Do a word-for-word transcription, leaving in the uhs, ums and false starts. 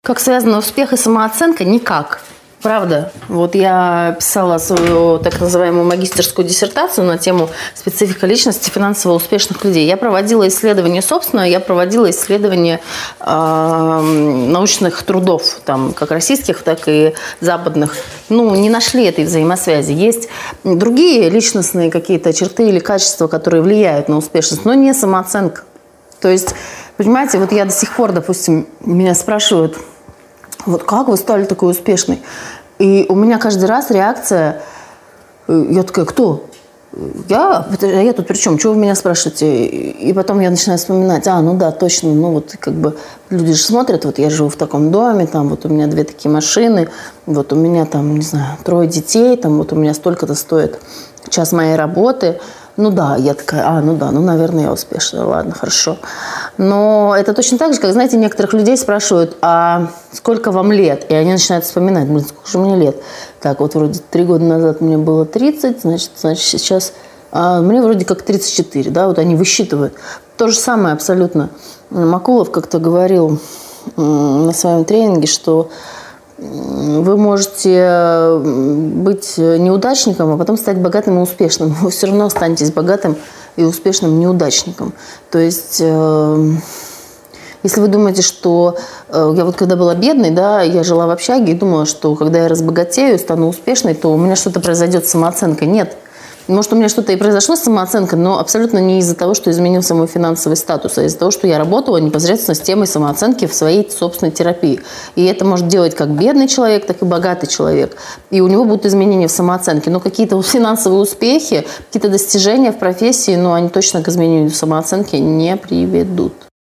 Как связаны успех и самооценка? Никак. Правда. Вот я писала свою так называемую магистерскую диссертацию на тему специфика личности финансово успешных людей. Я проводила исследования собственное, я проводила исследования э, научных трудов, там, как российских, так и западных. Ну, не нашли этой взаимосвязи. Есть другие личностные какие-то черты или качества, которые влияют на успешность, но не самооценка. То есть, понимаете, вот я до сих пор, допустим, меня спрашивают, вот как вы стали такой успешной? И у меня каждый раз реакция, я такая, кто? Я? А я тут при чем? Чего вы меня спрашиваете? И потом я начинаю вспоминать, а, ну да, точно, ну вот как бы люди же смотрят, вот я живу в таком доме, там вот у меня две такие машины, вот у меня там, не знаю, трое детей, там вот у меня столько-то стоит час моей работы. Ну да, я такая, а, ну да, ну, наверное, я успешная, ладно, хорошо. Но это точно так же, как, знаете, некоторых людей спрашивают, а сколько вам лет? И они начинают вспоминать, блин, сколько же мне лет? Так, вот вроде три года назад мне было тридцать, значит, значит сейчас а мне вроде как тридцать четыре, да, вот они высчитывают. То же самое абсолютно. Макулов как-то говорил на своем тренинге, что вы можете быть неудачником, а потом стать богатым и успешным. Вы все равно останетесь богатым и успешным неудачником. То есть, э, если вы думаете, что э, я вот когда была бедной, да, я жила в общаге и думала, что когда я разбогатею, стану успешной, то у меня что-то произойдет с самооценкой. Нет. Может, у меня что-то и произошло с самооценкой, но абсолютно не из-за того, что изменился мой финансовый статус, а из-за того, что я работала непосредственно с темой самооценки в своей собственной терапии. И это может делать как бедный человек, так и богатый человек. И у него будут изменения в самооценке. Но какие-то финансовые успехи, какие-то достижения в профессии, ну, они точно к изменению самооценки не приведут.